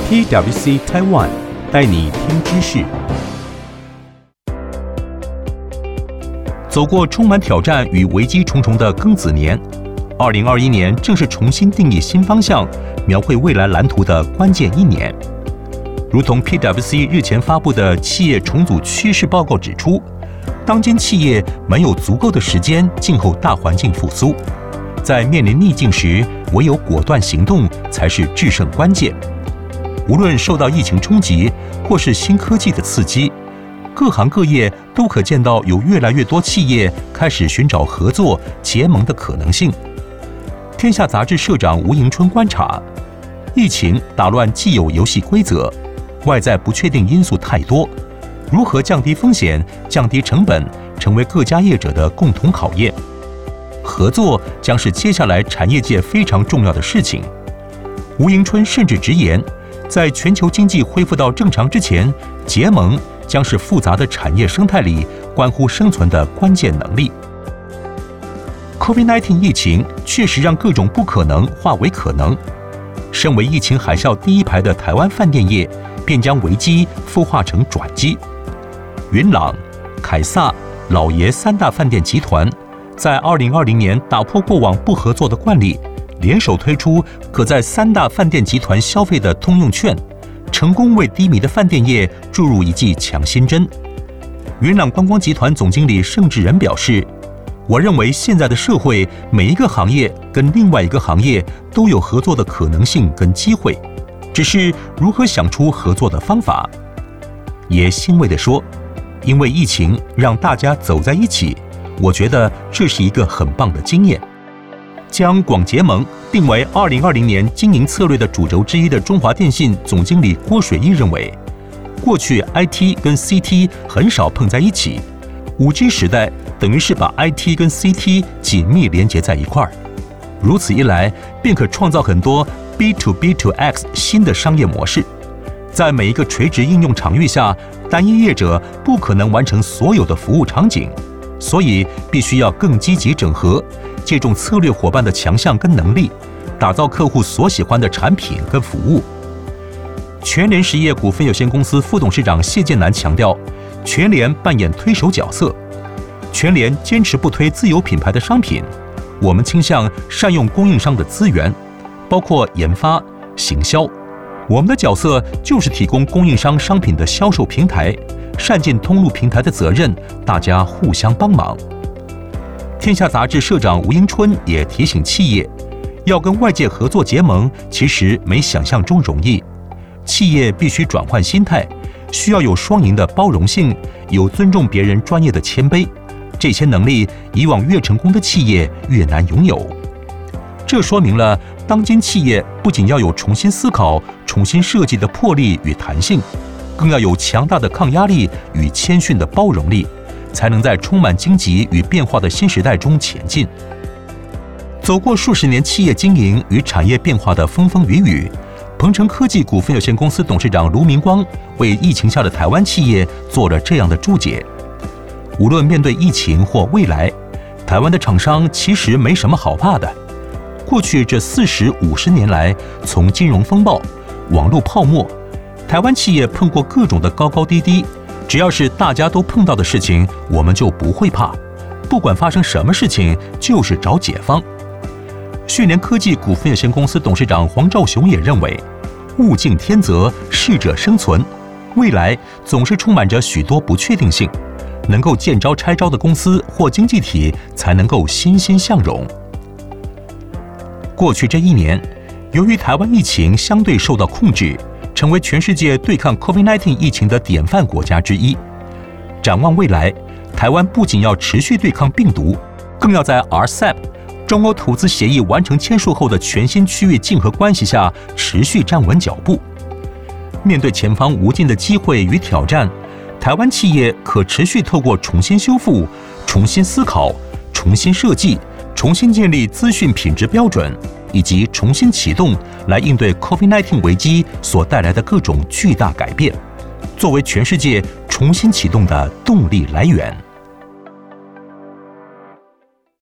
PwC Taiwan 带你听知识。走过充满挑战与危机重重的庚子年，2021年正是重新定义新方向、描绘未来蓝图的关键一年。如同 PwC 日前发布的企业重组趋势报告指出，当今企业没有足够的时间静候大环境复苏，在面临逆境时，唯有果断行动才是制胜关键。无论受到疫情冲击，或是新科技的刺激，各行各业都可见到有越来越多企业开始寻找合作结盟的可能性。天下杂志社长吴迎春观察，疫情打乱既有游戏规则，外在不确定因素太多，如何降低风险、降低成本，成为各家业者的共同考验。合作将是接下来产业界非常重要的事情。吴迎春甚至直言，在全球经济恢复到正常之前，结盟将是复杂的产业生态里关乎生存的关键能力。COVID-19 疫情确实让各种不可能化为可能。身为疫情海啸第一排的台湾饭店业，便将危机孵化成转机。云朗、凯撒、老爷三大饭店集团在2020年打破过往不合作的惯例，联手推出可在三大饭店集团消费的通用券，成功为低迷的饭店业注入一剂强心针。云朗观光集团总经理盛智仁表示，我认为现在的社会每一个行业跟另外一个行业都有合作的可能性跟机会，只是如何想出合作的方法。也欣慰地说，因为疫情让大家走在一起，我觉得这是一个很棒的经验。将广结盟定为2020年经营策略的主轴之一的中华电信总经理郭水义认为，过去 IT 跟 CT 很少碰在一起， 5G 时代等于是把 IT 跟 CT 紧密连结在一块儿，如此一来便可创造很多 B2B2X 新的商业模式。在每一个垂直应用场域下，单一业者不可能完成所有的服务场景，所以必须要更积极整合，借重策略伙伴的强项跟能力，打造客户所喜欢的产品跟服务。全联实业股份有限公司副董事长谢建南强调，全联扮演推手角色。全联坚持不推自有品牌的商品，我们倾向善用供应商的资源，包括研发、行销。我们的角色就是提供供应商商品的销售平台，善尽通路平台的责任，大家互相帮忙。天下杂志社长吴迎春也提醒企业，要跟外界合作结盟，其实没想象中容易。企业必须转换心态，需要有双赢的包容性，有尊重别人专业的谦卑。这些能力，以往越成功的企业越难拥有。这说明了，当今企业不仅要有重新思考、重新设计的魄力与弹性，更要有强大的抗压力与谦逊的包容力，才能在充满荆棘与变化的新时代中前进。走过数十年企业经营与产业变化的风风雨雨，鹏程科技股份有限公司董事长卢明光为疫情下的台湾企业做了这样的注解：无论面对疫情或未来，台湾的厂商其实没什么好怕的。过去这40、50年来，从金融风暴、网络泡沫，台湾企业碰过各种的高高低低，只要是大家都碰到的事情，我们就不会怕。不管发生什么事情，就是找解方。讯联科技股份有限公司董事长黄兆雄也认为，物竞天择，适者生存，未来总是充满着许多不确定性，能够见招拆招的公司或经济体才能够欣欣向荣。过去这一年，由于台湾疫情相对受到控制，成为全世界对抗 COVID-19 疫情的典范国家之一。展望未来，台湾不仅要持续对抗病毒，更要在 RCEP 中欧投资协议完成签署后的全新区域竞合关系下持续站稳脚步。面对前方无尽的机会与挑战，台湾企业可持续透过重新修复、重新思考、重新设计、重新建立资讯品质标准，以及重新启动来应对 COVID-19 危机所带来的各种巨大改变，作为全世界重新启动的动力来源。